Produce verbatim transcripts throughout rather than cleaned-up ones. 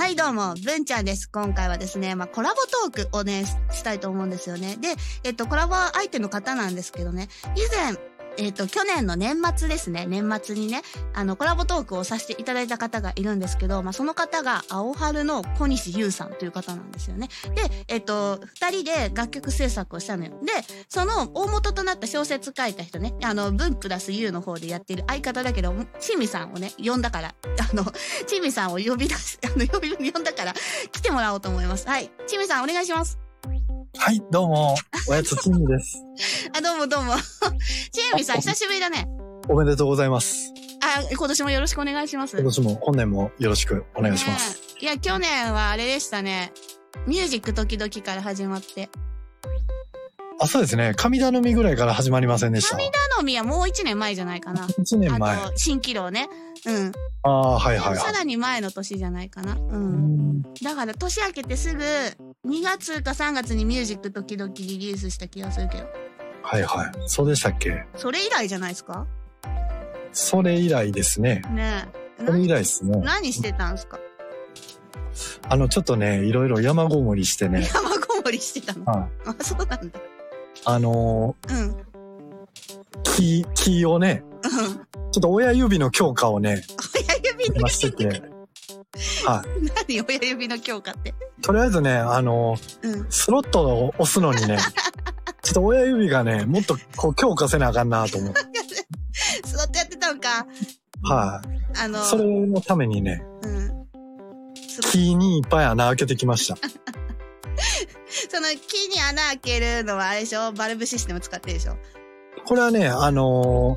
はいどうも、文ちゃんです。今回はですね、まあコラボトークをね、したいと思うんですよね。で、えっと、コラボ相手の方なんですけどね、以前、えっと、去年の年末ですね、年末にね、あの、コラボトークをさせていただいた方がいるんですけど、まあその方が、青春の小西優さんという方なんですよね。で、えっと、二人で楽曲制作をしたのよ。で、その大元となった小説書いた人ね、あの、文プラス U の方でやっている相方だけど、チミさんをね、呼んだから、あの、チミさんを呼び出す、あの、呼び、呼んだから、来てもらおうと思います。はい。チミさんお願いします。 はい、どうも、おやつチミです。 あ、どうもどうも。チミさん、久しぶりだね。 おめでとうございます。 あ、今年もよろしくお願いします。 今年も、本年もよろしくお願いします。 ね、いや、去年はあれでしたね。ミュージック時々から始まって。 あ、そうですね。神頼みぐらいから始まりませんでした。 神頼みはもう一年前じゃないかな。 一年前。 あと、蜃気楼ね。うん。 ああ、はいはいはい。 さらに前の年じゃないかな。うん。うんだから、年明けてすぐ、にがつかさんがつにミュージック時々リリースした気がするけど。 はいはい。そうでしたっけ？ それ以来じゃないですか？ それ以来ですね。 ねえ。それ以来ですね。 何してたんですか？ あの、ちょっとね、いろいろ山ごもりしてね。 山ごもりしてたの？はい。あ、そうなんだ。 あのー、うん。 木、木をね、うん。ちょっと親指の強化をね、 親指の強化はい。 何親指の強化って。 とりあえずね、あの、うん、スロットを押すのにね、ちょっと親指がね、もっとこう強化せなあかんなと思って。 スロットやってたのか。 はい、あ。 あの、 それのためにね、うん、木にいっぱい穴開けてきました。 その木に穴開けるのはあれでしょ？バルブシステム使ってるでしょ？ これはね、あの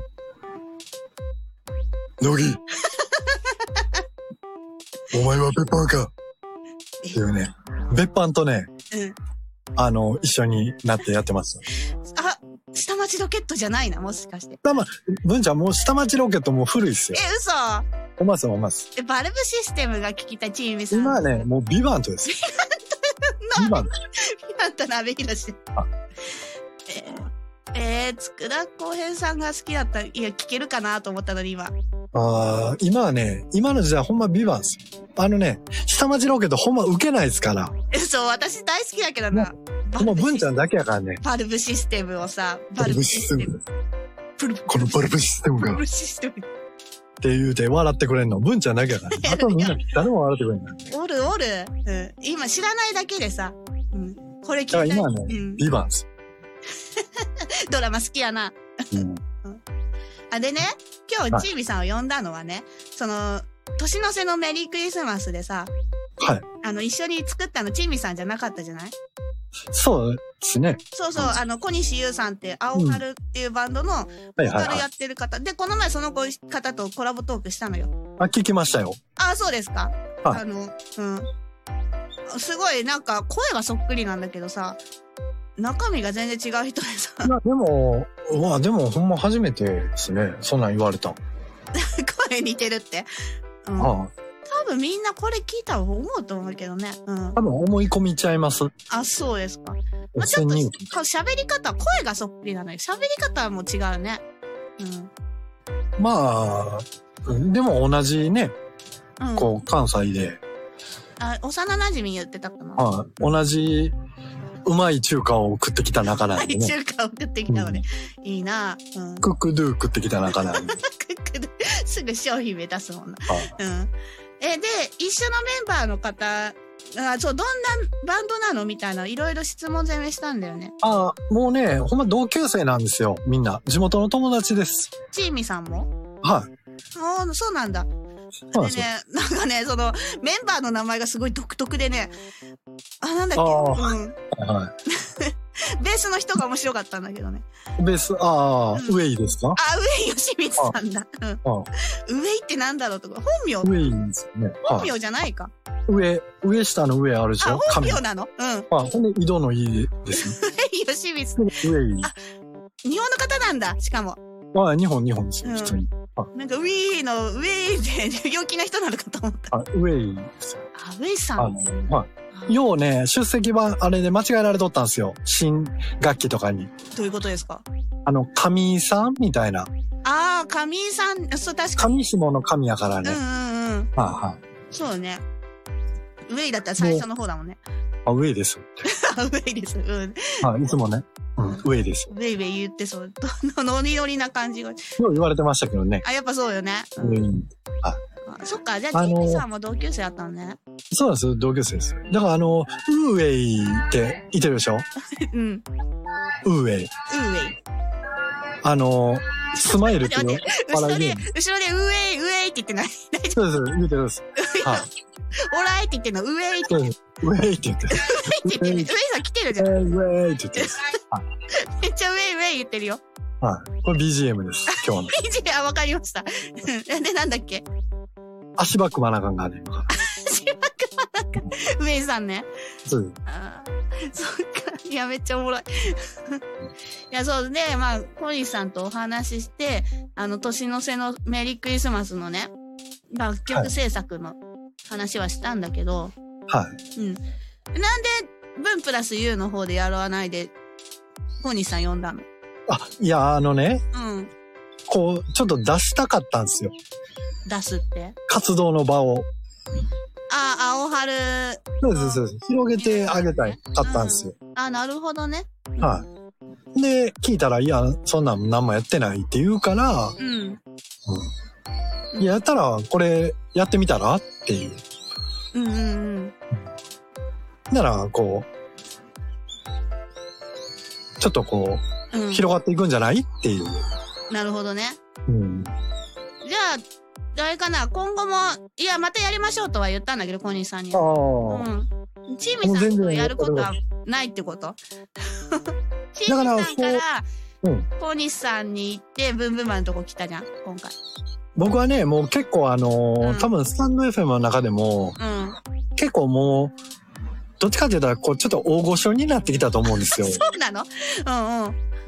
ー、乃木お前は別班かっていうね、別班とね、うん、あの、一緒になってやってます。 あ、下町ロケットじゃないな、もしかして。 まあ、文ちゃんもう下町ロケットもう古いっすよ。 え、嘘？ おますおます。 え、バルブシステムが聞きたいチームさん。 今はね、もうビバントです。 ビバントビバントの阿部寛。えー、えー、つくだこうへいさんが好きだったら、いや、聞けるかなと思ったのに今。 ああ、今はね、今の時代ほんまビバンス。あのね、下町ロケットほんま受けないですから。 え、そう、私大好きだけどな。 もう文ちゃんだけやからね。 バルブシステムをさ、 バルブシステム。このバルブシステムが。バルブシステム。って言うて笑ってくれんの。文ちゃんだけやから、ね。あとみんな誰も笑ってくれんの。 おるおる。うん。今知らないだけでさ。うん。これ聞いたら。 今はね、うん、ビバンス。 ドラマ好きやな。うん。うんあ、でね、今日、チービさんを呼んだのはね、その、年の瀬のメリークリスマスでさ、 はい。 あの、一緒に作ったの、チービさんじゃなかったじゃない？ そうですね。 そうそう、あの、小西優さんって、青春っていうバンドの、ボーカルやってる方。で、この前その子方とコラボトークしたのよ。 あ、聞きましたよ。 あ、そうですか？ はい。 あの、うん。すごい、なんか、声がそっくりなんだけどさ、中身が全然違う人でさ。 いや、でも、まあでもほんま初めてですね。そんなん言われた。 声似てるって。うん。ああ多分みんなこれ聞いたら思うと思うけどね。うん。 多分思い込みちゃいます。 あ、そうですか。まあ、ちょっと喋り方、声がそっくりなのよ。喋り方も違うね。 うん。まあ、でも同じね。うん、こう、関西で。 あ、幼馴染言ってたかな。 ああ同じ、うまい中華を食ってきた仲なんで、ね。 うまい中華を食ってきたのね。うん、いいな、うん、 クックドゥ食ってきた仲なんで。 クックドゥ、すぐ商品目出すもんな。ああうん。え、で、一緒のメンバーの方、あそう、どんなバンドなのみたいな、いろいろ質問攻めしたんだよね。 ああ、もうね、ほんま同級生なんですよ、みんな。地元の友達です。 チーミさんも？ はい。 ああ、そうなんだ。でね、なんかね、その、メンバーの名前がすごい独特でね、あ、なんだっけ、うん。はい。ベースの人が面白かったんだけどね。 ベース、ああ、うん、ウェイですか？ あ、ウェイ吉光さんだ。うん。ウェイってなんだろうとか、本名？ ウェイですよね。 本名じゃないか。 上、上下の上あるでしょ？ あ、本名なの？うん。 あ、ほんで、井戸の井ですね。ウェイ吉光さん。 ウェイ。 あ、日本の方なんだ、しかも。 ああ、日本、日本ですよ、普通に。 なんか、ウィーの、ウェイで、陽気な人なのかと思った。 あ、ウェイですよ。 あ、ウェイさん。 はい。ようね、出席はあれで間違えられとったんですよ。新学期とかに。 どういうことですか？ あの、神さんみたいな。 ああ、神さん、そう、確かに。 神下の神やからね。 うんうんうん。 はいはい。 そうね。 ウェイだったら最初の方だもんね。 あ、ウェイですって。 ウェイです。うん。 はい、いつもね。うん、ウェイです。 ウェイウェイ言ってそう。ノリノリな感じが。 よう言われてましたけどね。 あ、やっぱそうよね。 うん。うん、あ、 そっか、じゃあ、ジェイミーさんも同級生だったのね。 そうなんですよ、同級生です。だからあの、ウーウェイっていてるでしょ？うん。ウーウェイ。ウーウェイ。あの、スマイルっていう。 後ろで、後ろでウェイ、ウェイって言ってない？ そうです、言ってるんです。はい。 オライって言ってんの、ウェイって言ってる。 ウェイって言ってる。 ウェイって言ってる。ウェイさん来てるじゃん。 ウェイって言ってる。 めっちゃウェイウェイ言ってるよ。 はい。これ ビージーエム です、今日の。 ビージーエム、あ、わかりました。で、なんだっけ？ 足場組まなあかんがある今から。 足場組まなあかん。ウェイさんね。 そうです。 あそっか。いや、めっちゃおもろい。いや、そうで、まあ、コニーさんとお話しして、あの、年の瀬のメリークリスマスのね、楽曲制作の話はしたんだけど、 はい。 うん。なんで、文プラス U の方でやらないで、コニーさん呼んだの？ あ、いや、あのね、 うん。 こう、ちょっと出したかったんですよ。 出すって？ 活動の場を。 ああ、青春。 そうです、そうです。広げてあげたいかったんですよ。 うん、あ、なるほどね。 はい。で、聞いたら、いや、そんなん何もやってないって言うから、 うん。 うん。いや、やったら、これ、やってみたらっていう。 うんうんうん。 なら、こう、ちょっとこう、うん、広がっていくんじゃないっていう。 なるほどね。 うん。 じゃあ、あれかな、今後も、いや、またやりましょうとは言ったんだけど、コニーさんには。 ああ。 うん。チーミさんとやることはないってことチーミさんから、うん、コニーさんに行って、ブンブンマンのとこ来たじゃん、今回。 僕はね、もう結構あのーうん、多分スタンド エフエム の中でも、 うん、 結構もう、どっちかって言ったら、こう、ちょっと大御所になってきたと思うんですよ。 そうなの？うんうん。 うん、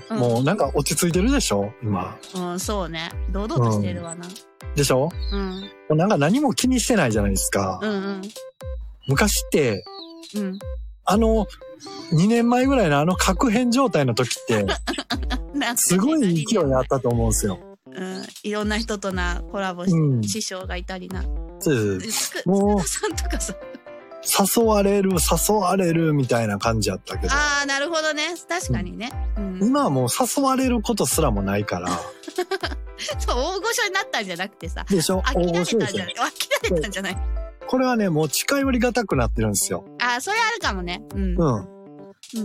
うん。もうなんか落ち着いてるでしょ今。 うん、そうね。堂々としてるわな。うん、 でしょ？うん。もうなんか何も気にしてないじゃないですか。 うんうん。 昔って、 うん。 あの、にねんまえぐらいのあの確変状態の時って、すごい勢いあったと思うんですよ。 うん。いろんな人とな、コラボして、うん、師匠がいたりな。 そうです。 もう、さんとかさ。 誘われる、誘われるみたいな感じやったけど。 ああ、なるほどね。確かにね。 うん、今はもう誘われることすらもないから。 そう、大御所になったんじゃなくてさ。 でしょ？ 飽きられたんじゃない？飽きられたんじゃない？ これはね、もう近寄りがたくなってるんですよ。 ああ、それあるかもね。うん。 うん。 うんうん。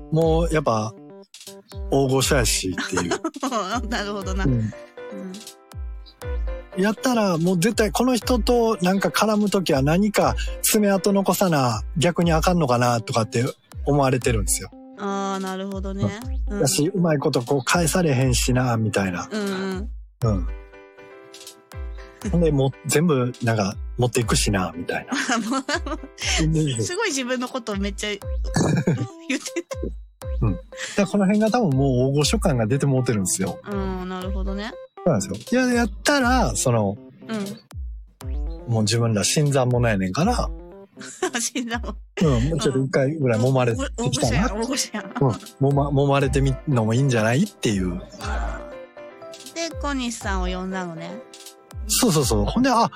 もう、やっぱ、大御所やしっていう。 なるほどな。うん。うんやったらもう絶対この人となんか絡むときは何か爪痕残さな逆にあかんのかなとかって思われてるんですよ。 ああ、なるほどね。 うん、だし、うまいことこう返されへんしなみたいな。 うんうん。 うん。ほんでもう全部なんか持っていくしなみたいな。 すごい自分のことをめっちゃ言ってる。うん。だからこの辺が多分もう大御所感が出てもうてるんですよ。 うん、なるほどね。 そうなんですよ。いや、やったら、その、 うん。 もう自分ら新参者やねんから、 新参者。 うん、もうちょっと一回ぐらい揉まれてきたな。 大御所や、 うん、揉ま、揉まれてみるのもいいんじゃないっていう。 で、小西さんを呼んだのね。 そうそうそう。ほんで、あって、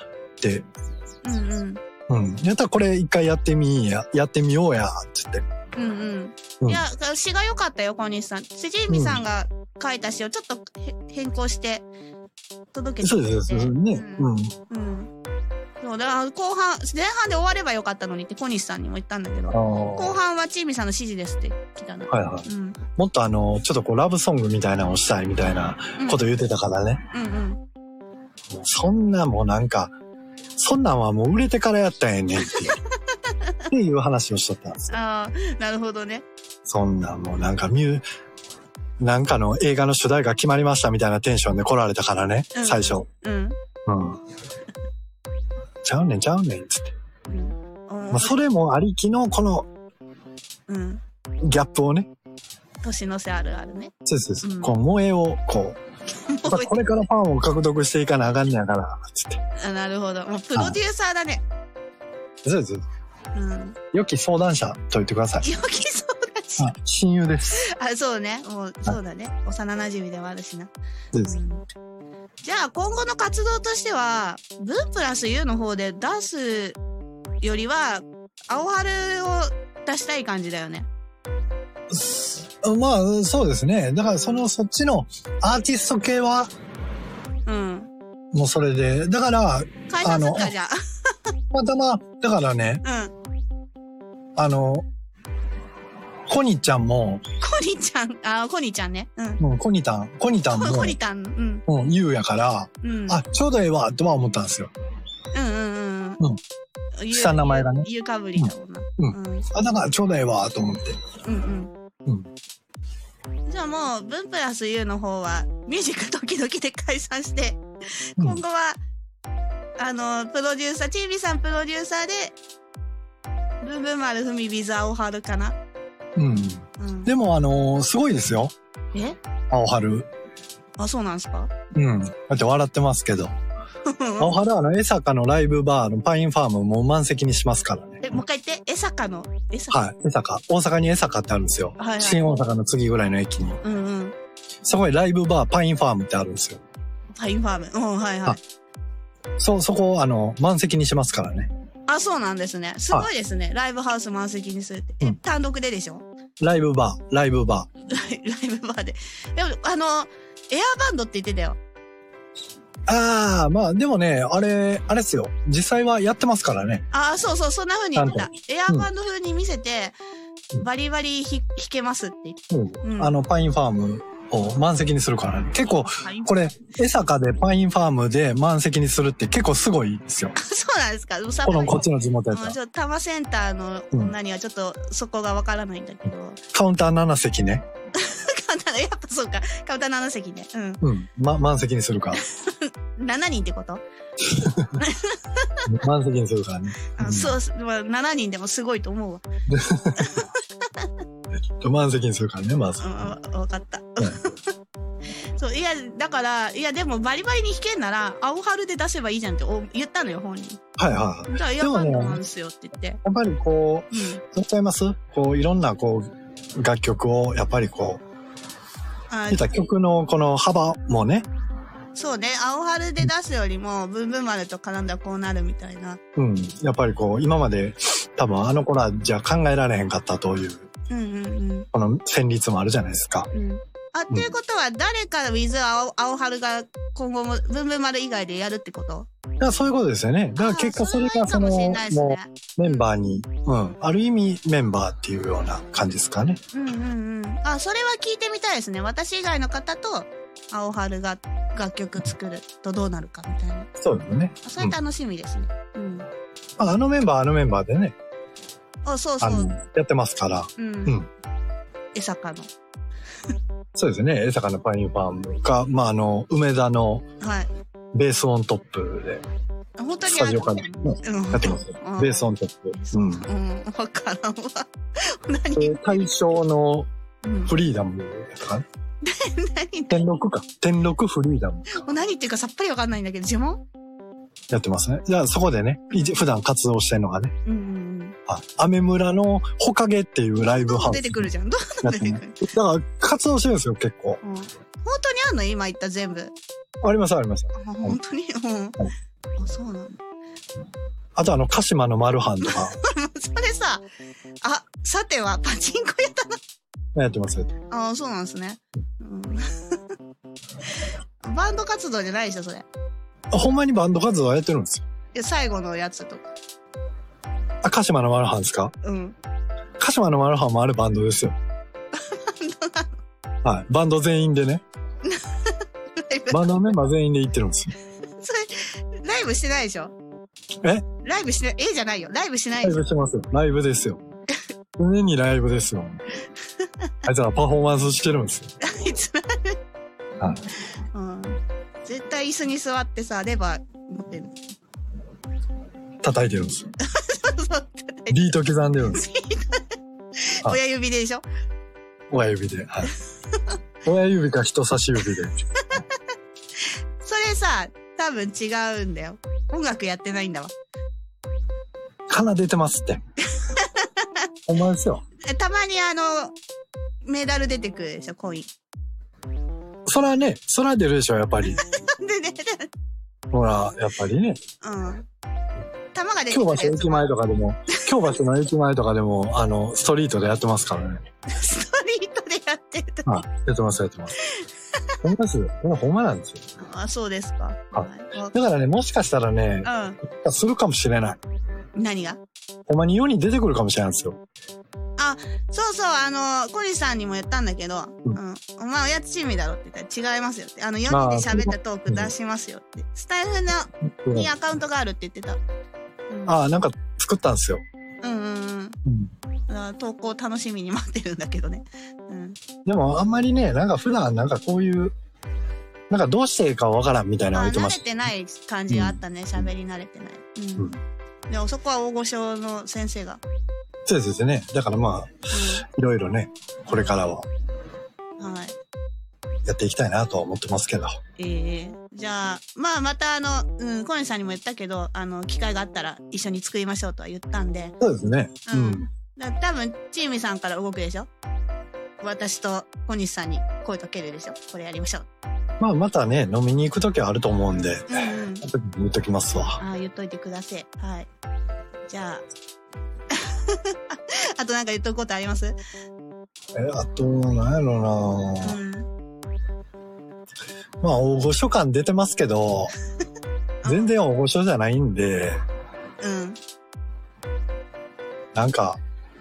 うんうん。 うん。やったらこれ一回やってみや、やってみようや、つって。 うんうん。うん、いや、詩が良かったよ、小西さん。しじみさんが書いた詩をちょっと変更して届けてくれて。 そうですね。うん。うん。 そう、だから後半、前半で終わればよかったのにって小西さんにも言ったんだけど、後半はちーみさんの指示ですって来たの。 はいはい。うん、もっとあの、ちょっとこうラブソングみたいなのをしたいみたいなこと言ってたからね。 うん、うんうんそんなもうなんか、そんなんはもう売れてからやったんやねんっていう。っていう話をしとったんですよ。 ああ、なるほどね。 そんなんもうなんかミュー、なんかの映画の主題が決まりましたみたいなテンションで来られたからね、うん、最初。 うん。 うん。ちゃうねんちゃうねんつって。うん。まあ、それもありきのこの、 うん。 ギャップをね。 年の瀬あるあるね。 そうそうそう。うん、こう萌えをこう。これからファンを獲得していかなあかんねやから、つって。 あ、なるほど。もうプロデューサーだね。 そうです。うん。良き相談者と言ってください。 良き相談者。 あ、親友です。 あ、そうね。もう、そうだね。幼馴染でもあるしな。 そうです。うん、 じゃあ、今後の活動としては、文プラス U の方で出すよりは、青春を出したい感じだよね。 まあ、そうですね。だからその、そっちのアーティスト系は、 うん。 もうそれで、だから、 解散すっか、じゃあ。 またま、だからね、 うん。 あの、コニちゃんも、 コニちゃん、あ、コニちゃんね。うん。 うん、コニタン、コニタンも、 コニタン、 うん。うん、言うやから、うん、あ、ちょうどええわ、とは思ったんですよ。 うんうんうん。 うん。下の名前がね。 ゆかぶりだもんな。 うん。うん、あ、だからちょうどええわ、と思って。 うんうん。うん。じゃあもう、文プラス U の方は、ミュージック時々で解散して、今後は、うん、あの、プロデューサー、チービーさんプロデューサーで、ブンブン丸ふみビザ青春かな。 うん。うん、でもあのー、すごいですよ。 え？ 青春。 あ、そうなんですか？ うん。だって笑ってますけど。青春はあの、江坂のライブバーのパインファームも満席にしますからね。 え、もう一回言って、江坂の、江坂？ はい、江坂。大阪に江坂ってあるんですよ。はいはい、新大阪の次ぐらいの駅に。 うんうん。 そこにライブバー、パインファームってあるんですよ。 パインファーム。うん、はいはい。 そう、そこをあの、満席にしますからね。 あ、そうなんですね。すごいですね。ライブハウス満席にするって。え、うん、単独ででしょ？ ライブバー、ライブバー。 ライブバーで。でも、あの、エアバンドって言ってたよ。 ああ、まあでもね、あれ、あれっすよ。実際はやってますからね。 ああ、そうそう、そんな風に言ってた。エアバンド風に見せて、うん、バリバリ弾けますって言って、 うんうん。あの、パインファームを満席にするからね。結構、これ、江坂でパインファームで満席にするって結構すごいですよ。 そうなんですか？ この、こっちの地元やったら。 ちょっと、多摩センターの女にはちょっとそこがわからないんだけど。うん、 カウンターなな席ね。 カウンター、やっぱそうか。カウンターなな席ね。うん。 うん。ま、満席にするから。 ななにんってこと満席にするからね。 うん、そう、まあ、しちにんでもすごいと思うわ。 満席にするからね、まず。 うん、わかった。そう、いや、だから、いや、でもバリバリに弾けんなら、青春で出せばいいじゃんって言ったのよ、本人。 はいはい。 じゃあ、エアバンドなんですよって言って。 やっぱりこう、うん、どうちゃいますこう、いろんなこう、楽曲を、やっぱりこう、ああ。曲のこの幅もね。 そうね、青春で出すよりも、ブンブン丸と絡んだらこうなるみたいな。 うん。やっぱりこう、今まで、多分あの頃はじゃあ考えられへんかったという、 うんうんうん。 この旋律もあるじゃないですか。 うん。あ、っていうことは、誰か with 青、青春が今後も、ブンブン丸以外でやるってこと？ だからそういうことですよね。だから結果それがその、もう、メンバーに、うん、ある意味メンバーっていうような感じですかね。 うんうんうん。あ、それは聞いてみたいですね。私以外の方と、青春が楽曲作るとどうなるかみたいな。 そうですね。 それ楽しみですね。うん。 あ, あのメンバー、あのメンバーでね。 あ、そうそう。 やってますから。 うん。うん。江坂の。 そうですね。江坂のパインファームか、まあ、あの、梅田の、 はい。 ベースオントップで。 本当にスタジオから、ね、うん、やってますよ。ベースオントップ。うん。 うん。わからんわ。 何？大正のフリーダムやったかな。何？天禄か。天禄フリーダム。 何言っていうかさっぱりわかんないんだけど、呪文？ やってますね。じゃあそこでね、普段活動してるのがね。 うんうん。 あ、アメ村のほかげっていうライブハウス。 出てくるじゃん。どう出てくる？ だから活動してるんですよ、結構。 うん、本当にあんの？今言った全部。 あります、あります。 あ、本当に？うん。あ、そうなんだ。 あとあの、鹿島のマルハンとか。 それさ、あ、さてはパチンコやったの？やってますよ。 ああ、そうなんですね。うん、バンド活動じゃないでしょ、それ。 ほんまにバンド活動はやってるんですよ。 いや、最後のやつとか。 あ、鹿島のマルハンですか？ うん。 鹿島のマルハンもあるバンドですよ。 バンドなの？ はい。バンド全員でね。バンドのメンバー全員で行ってるんですよ。 それ、ライブしてないでしょ？ え？ ライブしてない、えじゃないよ。ライブしないでしょ？ ライブしてますよ。ライブですよ。常にライブですよ。あいつらパフォーマンスしてるんですよ。 あいつら、はい、うん。絶対椅子に座ってさ、レバー持ってる。 叩いてるんですよ。 そうそう。 ビート刻んでるんですよ。 親指ででしょ？ 親指で。はい。親指か人差し指で。 それさ、多分違うんだよ。音楽やってないんだわ。 奏でてますって。お前ですよ。 たまにあの、メダル出てくるでしょ、コイン。 そらね、そら出るでしょ、やっぱり。ほら、やっぱりね。 うん。玉がで京橋駅前とかでも、京橋の駅前とかでも、あの、ストリートでやってますからね。 ストリートでやってると。 あ、やってます、やってます。ほんまですよ。これほんまなんですよ。 あ、そうですか。 はい。だからね、もしかしたらね、うん、するかもしれない。 何が？ ほんまに世に出てくるかもしれないんですよ。 あ、そうそう、あの、小西さんにも言ったんだけど、うん。うん、お前おやつチームだろって言ったら違いますよって。あの、よにんで喋ったトーク出しますよって。スタイフのにアカウントがあるって言ってた。うん、 ああ、なんか作ったんですよ。 うんうんうん。うん、投稿楽しみに待ってるんだけどね。うん。 でもあんまりね、なんか普段なんかこういう、なんかどうしていいかわからんみたいなの言ってました。 慣れてない感じがあったね。喋、うん、り慣れてない。うん。うん、でもそこは大御所の先生が。 そうですね。だからまあ、うん、いろいろね、これからは。はい。やっていきたいなとは思ってますけど。 ええー、じゃあ、まあまたあの、うん、小西さんにも言ったけど、あの、機会があったら一緒に作りましょうとは言ったんで。 そうですね。 うん。うん、だ多分、チーミさんから動くでしょ？私と小西さんに声かけるでしょ？これやりましょう。 まあまたね、飲みに行くときはあると思うんで、 うんうん、 言っときますわ。 ああ、言っといてください。はい。じゃあ、あとなんか言っとくことあります？ え、あと、なんやろな、うん、まあ、大御所感出てますけど、全然大御所じゃないんで、 うん。 なんか、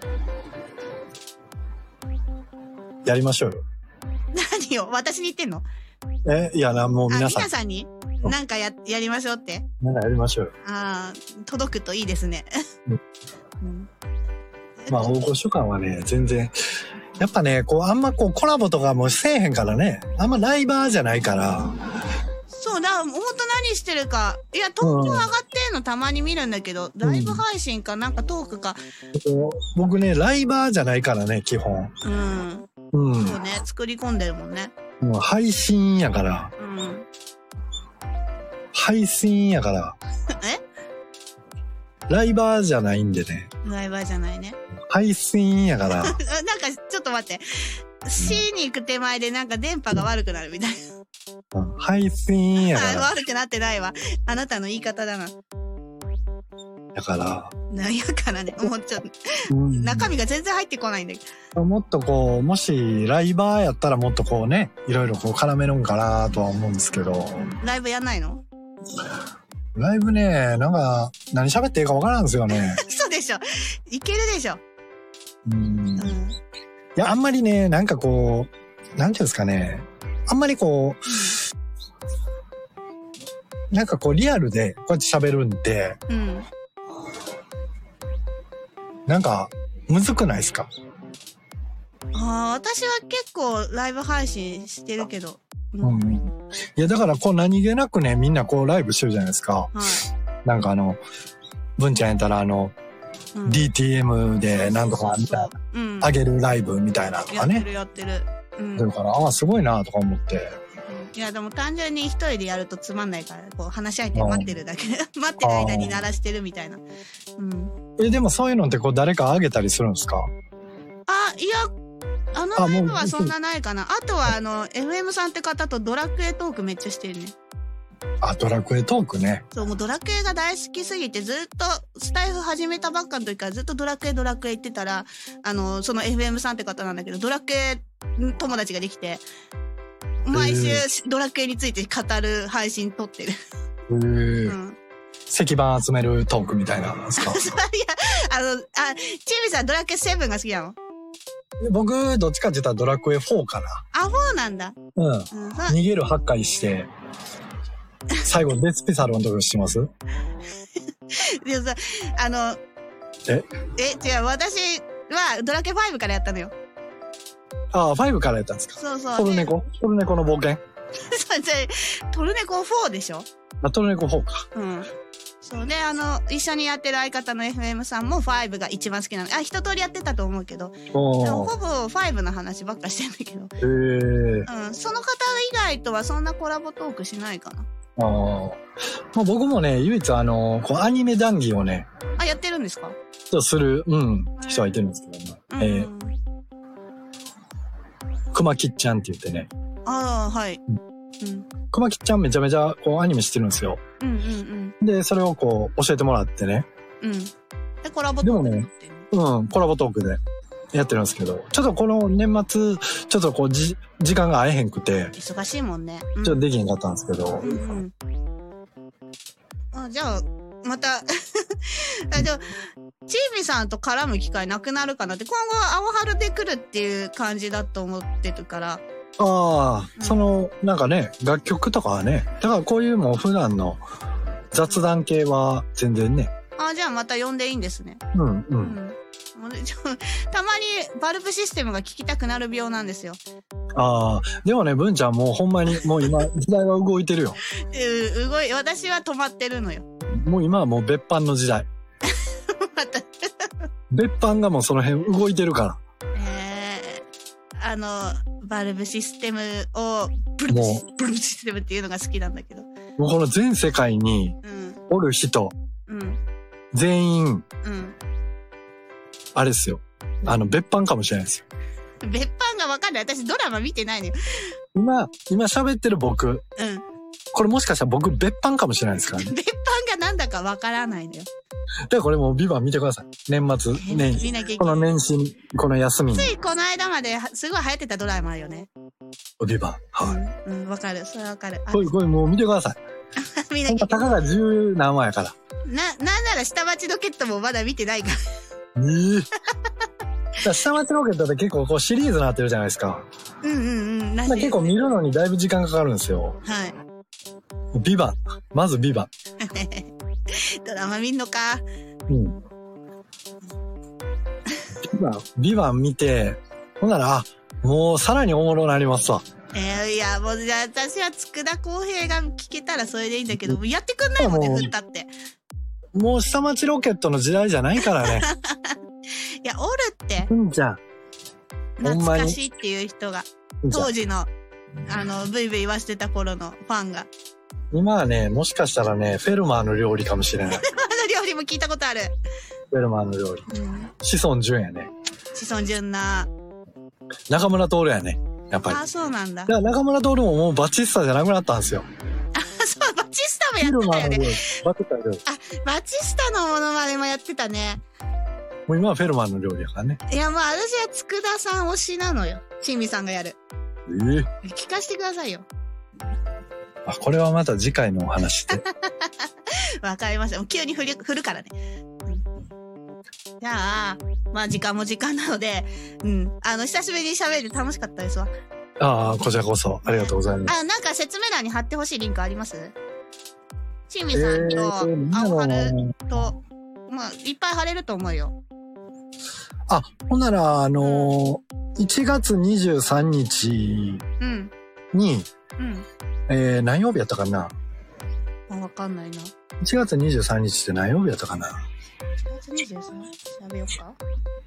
やりましょうよ。 何を私に言ってんの？ え、いやな、もう皆さん。 皆さんになんかや、やりましょうって。 なんかやりましょうよ。 ああ、届くといいですね。うんうん、まあ、大御所感はね、全然、やっぱね、こう、あんまこう、コラボとかもせえへんからね、あんまライバーじゃないから。 そうだ、ほんと何してるか。いや、東京上がってんのたまに見るんだけど、うん、ライブ配信かなんかトークか。 僕ね、ライバーじゃないからね、基本。 うん。 うん。 そうね、作り込んでるもんね。 もう配信やから。 うん。 配信やから。 え？ ライバーじゃないんでね。 ライバーじゃないね。 配信やから。なんか、 ちょっと待って。C に行く手前でなんか電波が悪くなるみたいな。 うん、配信やから。 悪くなってないわ。あなたの言い方だな。 だから。 なんやからね。もうちょっと、うん、中身が全然入ってこないんだけど。もっとこう、もしライバーやったらもっとこうね、いろいろこう絡めるんかなとは思うんですけど。 ライブやんないの？ ライブね、なんか、何喋っていいかわからんですよね。 嘘でしょ。いけるでしょ。 うん。うん、いや、あんまりね、なんかこう、なんていうんですかね。あんまりこう、なんかこうリアルでこうやって喋るんで、 うん、 なんか、むずくないですか？ ああ、私は結構ライブ配信してるけど。 うん。うん、いや、だからこう何気なくね、みんなこうライブしてるじゃないですか。 はい、 なんかあの、文ちゃんやったらあの、うん、ディーティーエム でなんとかみたいな、うん、上げるライブみたいなとかね。 やってるやってる。うん。 だから、ああ、すごいなとか思って。 いや、でも単純に一人でやるとつまんないから、こう話し相手待ってるだけで、待ってる間に鳴らしてるみたいな。うん。 え、でもそういうのってこう誰か上げたりするんですか？ あ、いや、あのライブはそんなないかな。あ, あとはあの、エフエム さんって方とドラクエトークめっちゃしてるね。 あ、ドラクエトークね。 そう、もうドラクエが大好きすぎて、ずっとスタイフ始めたばっかの時からずっとドラクエドラクエ言ってたら、あの、その エフエム さんって方なんだけど、ドラクエ友達ができて、毎週ドラクエについて語る配信撮ってる。へー。うん。石板集めるトークみたいなんですか？いや、 あの、あ、チーミさんドラクエセブンが好きなの？ 僕、どっちかって言ったらドラクエフォーかな。 あ、フォーなんだ。 うん。うん、逃げるはっかいして、最後、デスペサルのところ知ってます？ でもさ、あの、 ええ、違う、私はドラクエファイブからやったのよ。 ああ、ファイブからやったんですか？ そうそう。 トルネコトルネコの冒険そう、じゃトルネコフォーでしょ？ あ、トルネコフォーか。 うん。そうで、あの、一緒にやってる相方の エフエム さんもファイブが一番好きなの。あ、一通りやってたと思うけど。ほぼファイブの話ばっかしてんだけど。 へー。 うん。その方以外とはそんなコラボトークしないかな。 ああ。まあ、僕もね、唯一あの、こうアニメ談義をね。 あ、やってるんですか？ とする、うん、人はいてるんですけどね。うん、えー、熊吉ちゃんって言ってね。 ああ、はい。うんうん、熊吉ちゃんめちゃめちゃこうアニメしてるんですよ。 うんうんうん。 で、それをこう教えてもらってね。 うん。で、コラボトークで、ね。 うん、コラボトークでやってるんですけど、ちょっとこの年末、ちょっとこう、じ、時間が合えへんくて。 忙しいもんね。 うん、ちょっとできへんかったんですけど。うんうん。 あ、じゃあ、また、あ、じゃあ、チーミさんと絡む機会なくなるかなって、今後は青春で来るっていう感じだと思ってるから。 ああ、うん、その、なんかね、楽曲とかはね、だからこういうもう普段の雑談系は全然ね。 あ、じゃあまた呼んでいいんですね。 うん、うん。うんたまにバルブシステムが聞きたくなる病なんですよ。 ああ、でもね、文ちゃんもうほんまに、もう今、時代は動いてるよ。 う、動い、私は止まってるのよ。 もう今はもう別班の時代。また別班がもうその辺動いてるから。 えー、あの、バルブシステムを、ブルブシ、ブルブシステムっていうのが好きなんだけど。 もうこの全世界に、おる人、うん、全員、うん、あれですよ。あの、別班かもしれないですよ。 別班がわかんない。私ドラマ見てないのよ。 今、今喋ってる僕。うん。これもしかしたら僕別班かもしれないですからね。 別班がなんだかわからないのよ。 だからこれもうビバン見てください。年末、年始。この年始に、この休みに。 ついこの間まですごい流行ってたドラマあるよね。 ビバン。はい。 うん、わ、うん、かる。それわかる。 これ、これもう見てください。みんな。たかが十何話やから。 な、なんなら下町ロケットもまだ見てないから。 えー下町ロケットって結構こうシリーズになってるじゃないですか。 うんうんうん。 結構見るのにだいぶ時間かかるんですよ。 はい。 ビバン。まずビバン。 ドラマ見んのか。 うん。ビバン、ビバン見て、ほんなら、あ、もうさらにおもろなりますわ。 えー、いや、もうじゃあ私は佃康平が聞けたらそれでいいんだけど、やってくんないもんね、振ったって。 もう下町ロケットの時代じゃないからね。 いや、おるって。 うんじゃん。 懐かしいっていう人が。当時の、あの、ブイブイ言わしてた頃のファンが。 今はね、もしかしたらね、フェルマーの料理かもしれない。 フェルマーの料理も聞いたことある。 フェルマーの料理。うん、志尊淳やね。 志尊淳な。 中村徹やね。やっぱり。 あ、そうなんだ。 いや、中村徹ももうバチスタじゃなくなったんですよ。 あ、そう、バチスタもやってたよね。 バチスタやる。 あ、バチスタのモノマネもやってたね。 もう今はフェルマーの料理やからね。 いや、もう私は佃さん推しなのよ。チーミさんがやる。 えー、 聞かせてくださいよ。 あ、これはまた次回のお話で。 わかりました。もう急に振る、振るからね。じゃあ、まあ時間も時間なので、うん。あの、久しぶりに喋って楽しかったですわ。 ああ、こちらこそ。ありがとうございます。 あ、なんか説明欄に貼ってほしいリンクあります？チーミさんと、青春と、まあ、いっぱい貼れると思うよ。 あ、ほんなら、あのー、いちがつにじゅうさんにちに、うん。うん、えー、何曜日やったかな？ あ、わかんないな。 いちがつにじゅうさんにちって何曜日やったかな？ いちがつにじゅうさん？ 調べようか。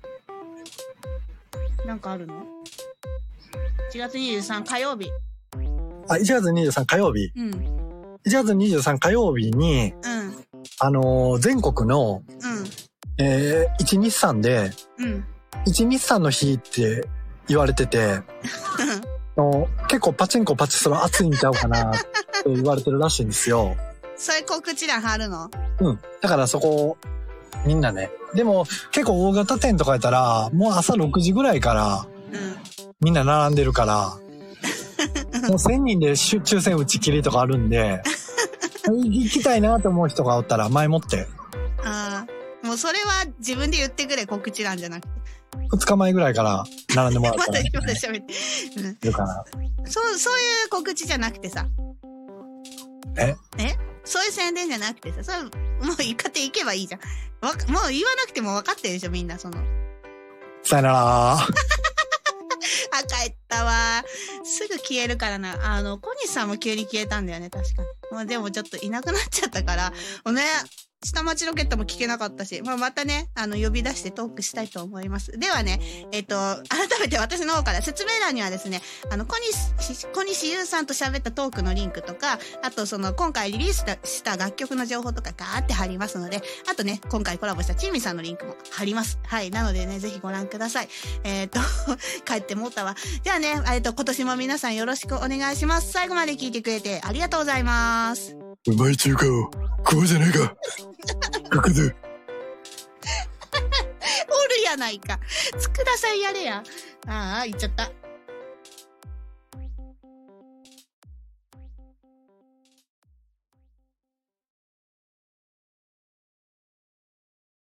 なんかあるの？ いちがつにじゅうさん火曜日。 あ、いちがつにじゅうさん火曜日。うん。いちがつにじゅうさん火曜日に、うん。あのー、全国の、うん。えー、一日産で、うん。一日産の日って言われてて、の結構パチンコパチスロ熱いんちゃうかなって言われてるらしいんですよ。 そういう告知欄貼るの？ うん。だからそこ、みんなね。でも結構大型店とかやったら、もう朝ろくじぐらいから、うん、みんな並んでるから、もうせんにんで抽選打ち切りとかあるんで、行きたいなと思う人がおったら前もって。 ああ、もうそれは自分で言ってくれ、告知欄じゃなくて。 ふつかまえぐらいから並んでもらったら。 まだ、まだ喋って。うん。いるかな。そう、そういう告知じゃなくてさ。 ええそういう宣伝じゃなくてさ、それ、もう勝手に行けばいいじゃん。わ、もう言わなくても分かってるでしょ、みんな、その。 さよならー。 あ、帰ったわ。すぐ消えるからな。あの、小西さんも急に消えたんだよね、確かに。まあでもちょっといなくなっちゃったから、おね、下町ロケットも聞けなかったし、まあまたね、あの、呼び出してトークしたいと思います。ではね、えっと、改めて私の方から説明欄にはですね、あの、小西、小西優さんと喋ったトークのリンクとか、あとその、今回リリースした楽曲の情報とかガーって貼りますので、あとね、今回コラボしたチーミさんのリンクも貼ります。はい。なのでね、ぜひご覧ください。えっと、帰ってもうたわ。じゃあね、えっと、今年も皆さんよろしくお願いします。最後まで聞いてくれてありがとうございます。 うまい中華を、こうじゃないか。ここで。 やないか。佃さんやれや。ああ、言っちゃった。